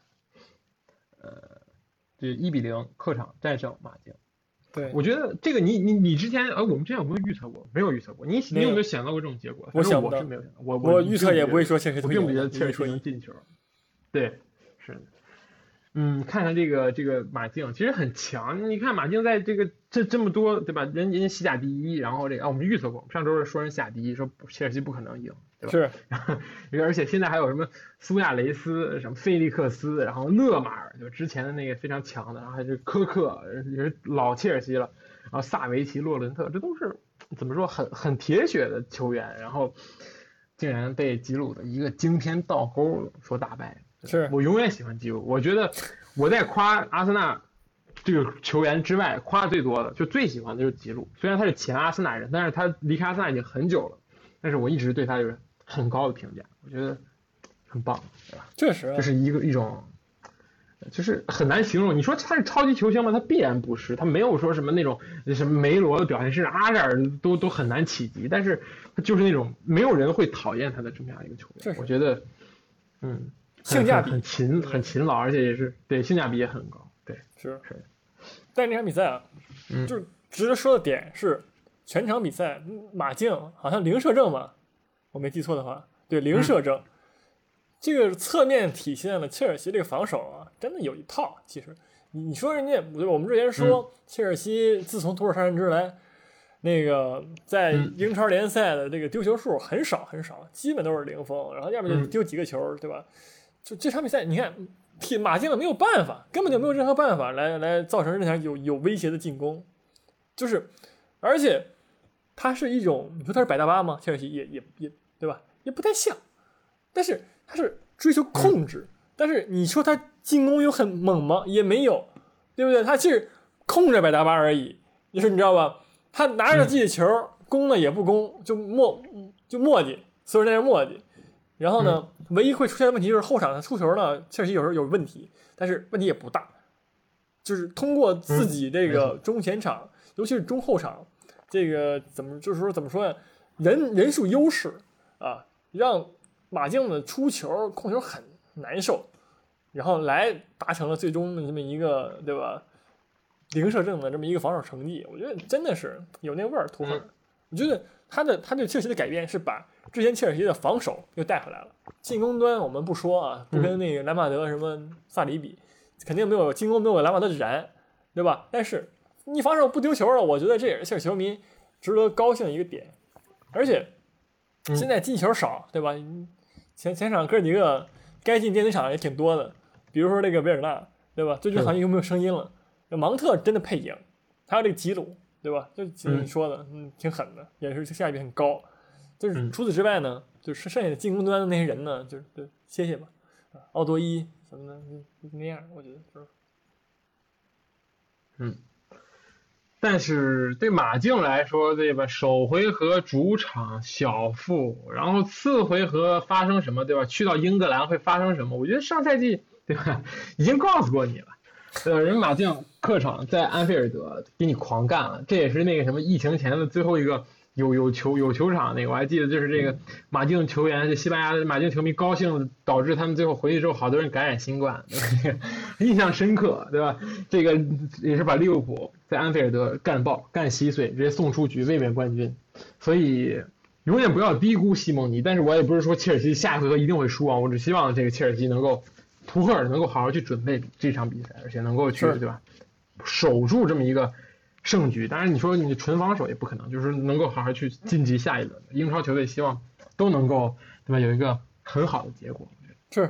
这1-0客场战胜马竞。 对， 我觉得这个你之前我们之前有没有预测过？没有预测过。你有没有想到过这种结果？ 我是没有想到。 我预测也不会说切尔西， 我并不觉得切尔西能进球。对，是的。看看这个马竞其实很强。你看马竞在这么多对吧？人家西甲第一，然后我们预测过，上周说人西甲第一，说切尔西不可能赢，对吧？ 是。 而且现在还有什么苏亚雷斯、什么费利克斯，然后勒马尔，就之前的那个非常强的，然后还是科克，也是老切尔西了，然后萨维奇、洛伦特，这都是怎么说很铁血的球员，然后竟然被吉鲁的一个惊天倒钩所打败。 是我永远喜欢吉鲁，我觉得我在夸阿森纳这个球员之外，夸最多的就最喜欢的就是吉鲁。虽然他是前阿森纳人，但是他离开阿森纳已经很久了，但是我一直对他有很高的评价，我觉得很棒，对吧？ 确实， 就是一种，就是很难形容。你说他是超级球星吗？他必然不是，他没有说什么那种什么梅罗的表现，甚至阿扎尔都很难企及。但是他就是那种没有人会讨厌他的这么样一个球员。我觉得， 性价比很勤劳，而且也是对性价比也很高。对， 是。但这场比赛啊，就是值得说的点是，全场比赛马竞好像0射正吧，我没记错的话，对，0射正。这个侧面体现了切尔西这个防守啊，真的有一套。其实你说人家，我们之前说切尔西自从图尔杀人之来，那个在英超联赛的这个丢球数很少，基本都是0封，然后要么就丢几个球，对吧？就这场比赛，你看踢马竞没有办法，根本就没有任何办法来造成这场有威胁的进攻，就是而且它是一种，你说它是百搭八吗？切尔西也对吧？也不太像，但是它是追求控制。但是你说它进攻有很猛吗？也没有，对不对？它是控制百搭八而已。就是你知道吧？他拿着自己的球，攻了也不攻，就磨叽，所有人在这磨叽。然后呢，唯一会出现的问题就是后场他出球呢，切尔西有时候有问题，但是问题也不大。就是通过自己这个中前场，尤其是中后场，这个怎么说呢？人数优势啊，让马竞的出球控球很难受，然后来达成了最终的这么一个，对吧？零射正的这么一个防守成绩，我觉得真的是有那味儿，图赫。我觉得他对切尔西的改变是把之前切尔西的防守又带回来了。进攻端我们不说啊，不跟那个兰帕德什么萨里比，肯定没有进攻没有兰帕德燃，对吧？但是你防守不丢球了，我觉得这也是切尔西球迷值得高兴的一个点。而且现在进球少，对吧？前场哥几个该进电子场也挺多的，比如说这个维尔纳，对吧？最近好像又没有声音了。芒特真的配赢，还有这个吉鲁，对吧？就你说的，挺狠的，也是下一比很高。就是除此之外呢，就是剩下的进攻端的那些人呢，就歇歇吧。奥多伊什么的，就那样，我觉得就是。 但是对马竞来说，对吧？首回合主场小负，然后次回合发生什么，对吧？去到英格兰会发生什么？我觉得上赛季，对吧？已经告诉过你了。人马竞客场在安菲尔德给你狂干了，这也是那个什么疫情前的最后一个有球场那个，我还记得就是这个马竞球员，这西班牙的马竞球迷高兴导致他们最后回去之后好多人感染新冠，对吧？印象深刻，对吧？这个也是把利物浦在安菲尔德干爆干稀碎，直接送出局卫冕冠军，所以永远不要低估西蒙尼。但是我也不是说切尔西下回合一定会输啊，我只希望这个切尔西能够。图赫尔能够好好去准备这场比赛，而且能够去对吧，守住这么一个胜局。当然，你说你纯防守也不可能，就是能够好好去晋级下一轮。英超球队希望都能够对吧有一个很好的结果。 是，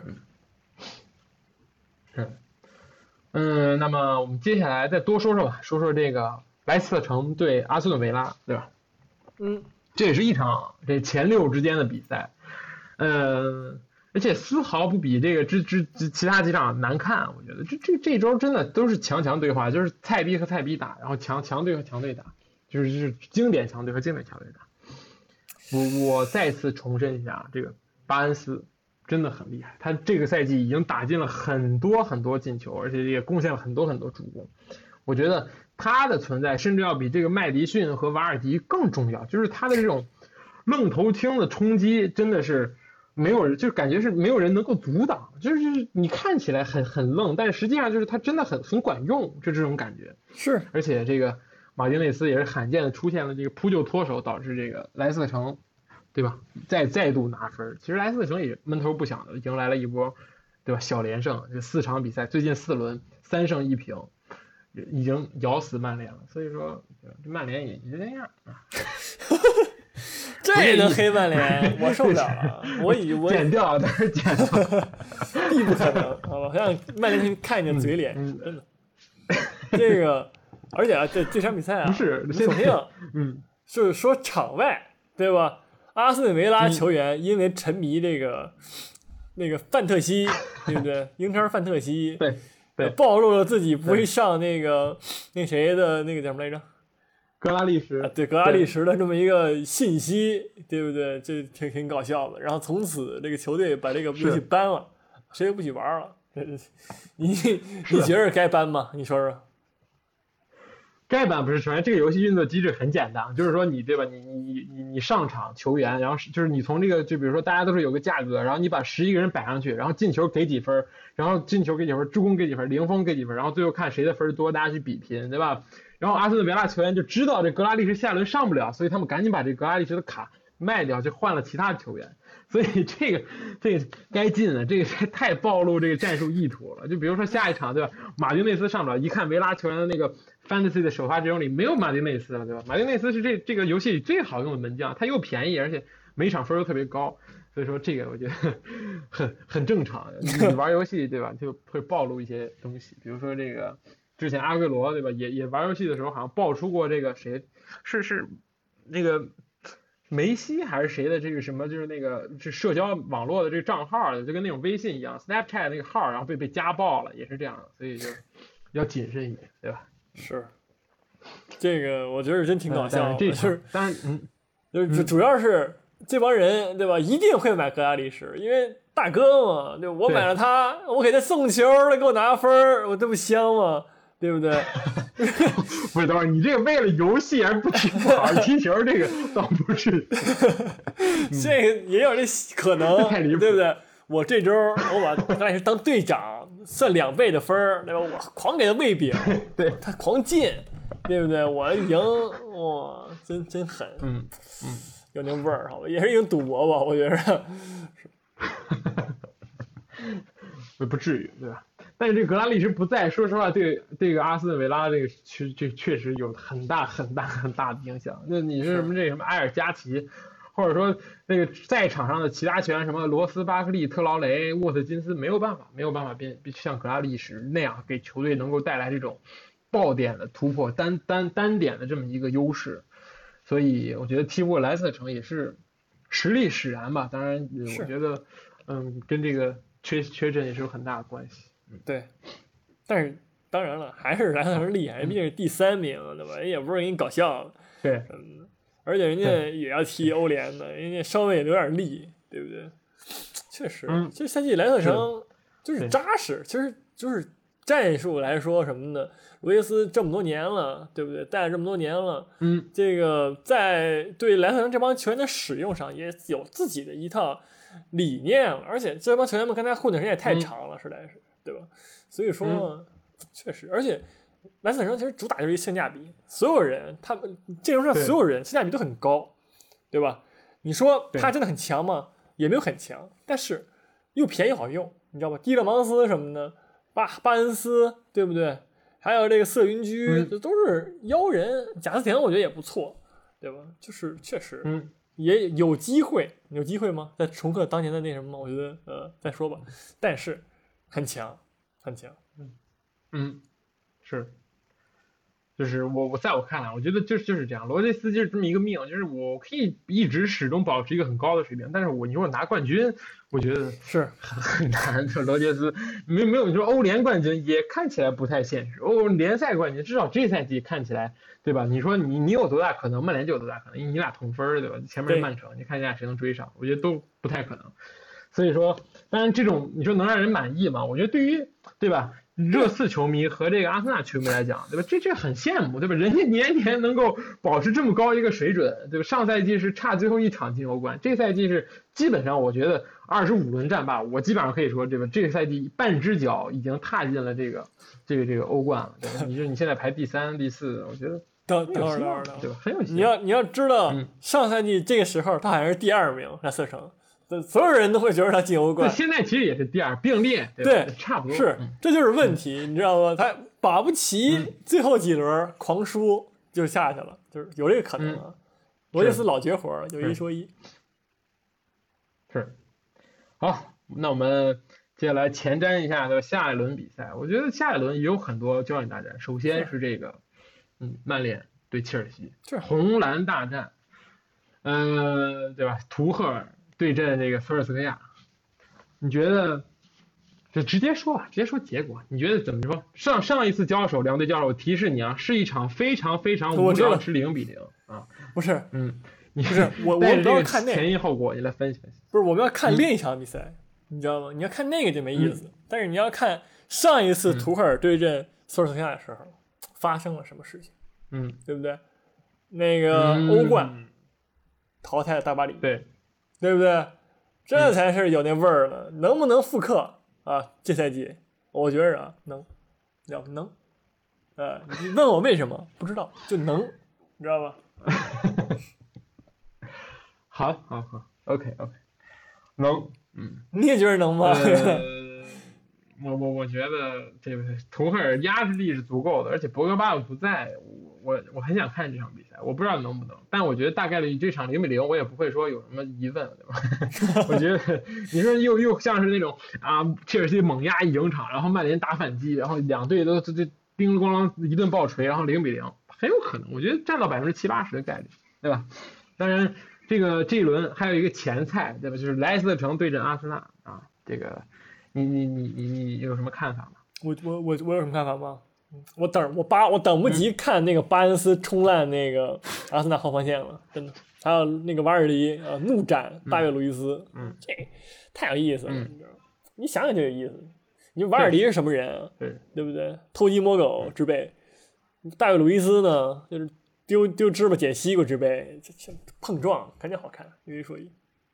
那么我们接下来再多说说吧，说说这个莱斯特城对阿斯顿维拉，对吧？这也是一场这前六之间的比赛，而且丝毫不比这个其他几场难看，我觉得这周真的都是强对话，就是菜逼和菜逼打，然后强队和强队打，就是经典强队和经典强队打。我再次重申一下，这个巴恩斯真的很厉害，他这个赛季已经打进了很多进球，而且也贡献了很多助攻。我觉得他的存在甚至要比这个麦迪逊和瓦尔迪更重要，就是他的这种愣头青的冲击真的是。没有人，就感觉是没有人能够阻挡，就是你看起来很愣，但实际上就是他真的很管用，就这种感觉。 是， 而且这个马丁内斯也是罕见的出现了这个扑救脱手，导致这个莱斯特城，对吧？再度拿分。其实莱斯特城也闷头不响的迎来了一波，对吧？小连胜，这4场比赛最近4轮3胜1平，已经咬死曼联了。所以说，这曼联也就那样啊。 这也能黑曼联，我受不了了。我剪掉，但是剪掉， 必不可能，好吧？让曼联看见嘴脸，真的。这个，而且啊，这场比赛啊， 不是首先，就是说场外，对吧？阿斯顿维拉球员因为沉迷那个范特西，对不对？英超范特西， 对， 暴露了自己不会上那谁的那个叫什么来着？ 格拉利什， 对格拉利什的这么一个信息，对不对？这挺搞笑的。然后从此这个球队把这个游戏搬了，谁也不许玩了。你觉得该搬吗？你说说。 该搬不是，首先这个游戏运作机制很简单，就是说你对吧？你上场球员，然后就是你从这个就比如说大家都是有个价格，然后你把11个人摆上去，然后进球给几分，然后进球给几分，助攻给几分，零封给几分，然后最后看谁的分多，大家去比拼，对吧？然后阿斯顿维拉球员就知道这格拉利什下轮上不了，所以他们赶紧把这格拉利什的卡卖掉，就换了其他的球员。所以这个该进了，这个太暴露这个战术意图了。就比如说下一场，对吧？马丁内斯上不了，一看维拉球员的那个 Fantasy 的首发阵容里没有马丁内斯了，对吧？马丁内斯是这个游戏里最好用的门将，他又便宜，而且每场分都特别高。所以说这个我觉得很正常。你玩游戏对吧，就会暴露一些东西，比如说这个之前阿圭罗对吧，也玩游戏的时候好像爆出过这个谁是那个梅西还是谁的这个什么，就是那个是社交网络的这个账号，就跟那种微信一样 ，Snapchat 那个号，然后被家暴了，也是这样的，所以就要谨慎一点，对吧？ 是，这个我觉得真挺搞笑的，就是但是就是主要是这帮人对吧，一定会买格拉利什，因为大哥嘛，对，我买了他，我给他送球，他给我拿分，我这不香吗？对不对？ 不是，等会儿你这个为了游戏而不好好踢球，这个倒不是。 这个也有这可能，对不对？我这周我把格拉利什当队长，算2倍的分，对吧？我狂给他喂饼， 对他狂进，对不对？我赢，哇，真狠，有那味儿，好吧，也是一种赌博吧，我觉着。 不至于，对吧？但是这格拉利什不在，说实话，对这个阿斯顿维拉这确实有很大的影响。那你是什么这什么埃尔加奇，或者说那个在场上的其他球员，什么罗斯、巴克利、特劳雷、沃特金斯，没有办法像格拉利什那样给球队能够带来这种爆点的突破、单点的这么一个优势。所以我觉得踢不过莱斯特城也是实力使然吧。当然，我觉得跟这个缺阵也是有很大的关系。 对，但是当然了，还是莱斯特城厉害，毕竟是第3名，对吧？人也不是给你搞笑了， 对， 而且人家也要踢欧联的，人家稍微也有点力，对不对？确实，这赛季莱斯特城就是扎实，其实就是战术来说什么的，罗杰斯这么多年了，对不对？带了这么多年了，这个在对莱斯特城这帮球员的使用上也有自己的一套理念了，而且这帮球员们跟他混的时间也太长了，实在是。对吧？所以说，确实，而且莱斯特城其实主打就是一性价比，所有人他们阵容上所有人性价比都很高，对吧？你说他真的很强吗？也没有很强，但是又便宜好用，你知道吧？蒂勒芒斯什么的，巴恩斯，对不对？还有这个瑟云居，这都是妖人。贾斯廷我觉得也不错，对吧？就是确实，也有机会吗？再重刻当年的那什么吗？我觉得再说吧。但是。很强， 是，就是在我看来，我觉得就是这样，罗杰斯就是这么一个命，就是我可以一直始终保持一个很高的水平，但是你说拿冠军，我觉得是很难。就罗杰斯没有，你说欧联冠军也看起来不太现实，联赛冠军至少这赛季看起来，对吧？你说你有多大可能，曼联就有多大可能，因为你俩同分，对吧？前面是曼城，你看一下谁能追上，我觉得都不太可能。所以说，当然这种你说能让人满意吗？我觉得对于对吧热刺球迷和这个阿森纳球迷来讲，对吧？这很羡慕，对吧？人家年年能够保持这么高一个水准，对吧？上赛季是差最后一场进欧冠，这赛季是基本上我觉得25轮战罢，我基本上可以说，对吧？这个赛季半只脚已经踏进了这个欧冠了，对吧？你现在排第3、第4，我觉得等会儿， 对吧？很有希望。 你要知道，上赛季这个时候他好像是第2名，莱斯特城。所有人都会觉得他进欧冠， 现在其实也是第2，并列， 对， 差不多是，这就是问题，你知道吗？他保不齐最后几轮狂输就下去了，就是有这个可能啊。罗杰斯老绝活，有一说一。 是，好，那我们接下来前瞻一下下一轮比赛。我觉得下一轮也有很多焦点大战，首先是这个，曼联对切尔西，红蓝大战，对吧？图赫尔对阵这个索尔斯克亚，你觉得？就直接说吧，直接说结果。你觉得怎么说？上一次交手，两队交手，我提示你啊，是一场非常非常无聊是0-0啊。 不是， 你不是我们要看那前因后果，你来分析分析。 不是，我们要看另一场比赛，你知道吗？你要看那个就没意思。但是你要看上一次图赫尔对阵索尔斯克亚的时候，发生了什么事情？对不对？那个欧冠淘汰了大巴黎，对不对？这才是有那味儿了。能不能复刻啊？这赛季我觉着啊，能，能。你问我为什么？不知道，就能，你知道吧？ 好 ，OK， 能， 你也觉得能吗？ 我觉得这个图赫尔压制力是足够的，而且博格巴不在，我很想看这场比赛，我不知道能不能，但我觉得大概率这场0-0，我也不会说有什么疑问，对吧？我觉得你说又像是那种啊，切尔西猛压一整场，然后曼联打反击，然后两队都叮咣啷一顿爆锤，然后0-0，很有可能，我觉得占到70-80%的概率，对吧？当然，这一轮还有一个前菜，对吧？就是莱斯特城对阵阿森纳啊，这个你有什么看法吗？ 我有什么看法吗？我等不及看那个巴恩斯冲烂那个阿森纳后防线了，真的。还有那个瓦尔迪怒斩大卫·路易斯，这太有意思了，你知道吗？你想想就有意思。你说瓦尔迪是什么人啊？对不对？偷鸡摸狗之辈。大卫·路易斯呢，就是丢芝麻捡西瓜之辈，这碰撞肯定好看，一人说一。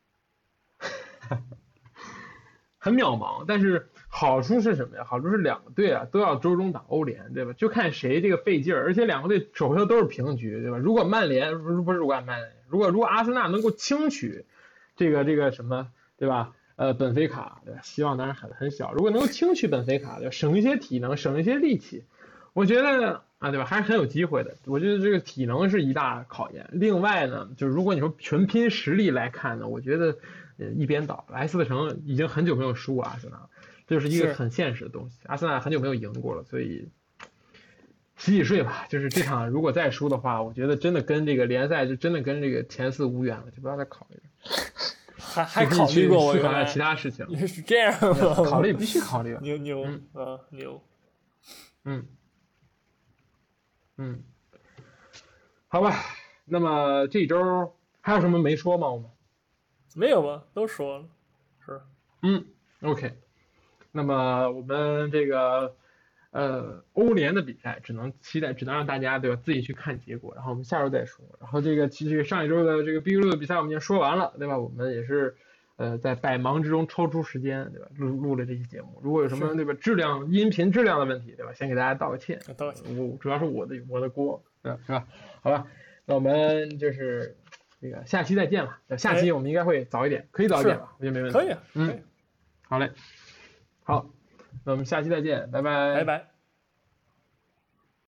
很渺茫，但是好处是什么呀？好处是两个队啊都要周中打欧联，对吧？就看谁这个费劲儿，而且两个队手头都是平局，对吧？如果曼联如果阿森纳能够轻取这个什么，对吧？本菲卡，对吧？希望当然很小。如果能够轻取本菲卡，对吧？省一些体能，省一些力气，我觉得啊，对吧？还是很有机会的。我觉得这个体能是一大考验。另外呢，就是如果你说纯拼实力来看呢，我觉得一边倒。莱斯特城已经很久没有输过阿森纳，这就是一个很现实的东西。阿森纳很久没有赢过了，所以洗睡吧。就是这场如果再输的话，我觉得真的跟这个联赛就真的跟这个前4无缘了，就不要再考虑了。 还考虑过我思考其他事情？ 是这样吗？ 考虑必须考虑。 牛， 牛。好吧，那么这周还有什么没说吗？我们没有吧？都说了，是。 OK。那么我们这个欧联的比赛只能让大家对吧自己去看结果，然后我们下周再说。然后其实上一周的这个 B 六的比赛我们已经说完了，对吧？我们也是在百忙之中抽出时间，对吧？录了这期节目。如果有什么对吧音频质量的问题，对吧？先给大家道个歉。主要是我的锅，对吧？是吧？好吧，那我们就是这个下期再见吧。下期我们应该会早一点，可以早一点吧？我觉得没问题。 可以。 好嘞。好，那我们下期再见，拜拜。 拜拜。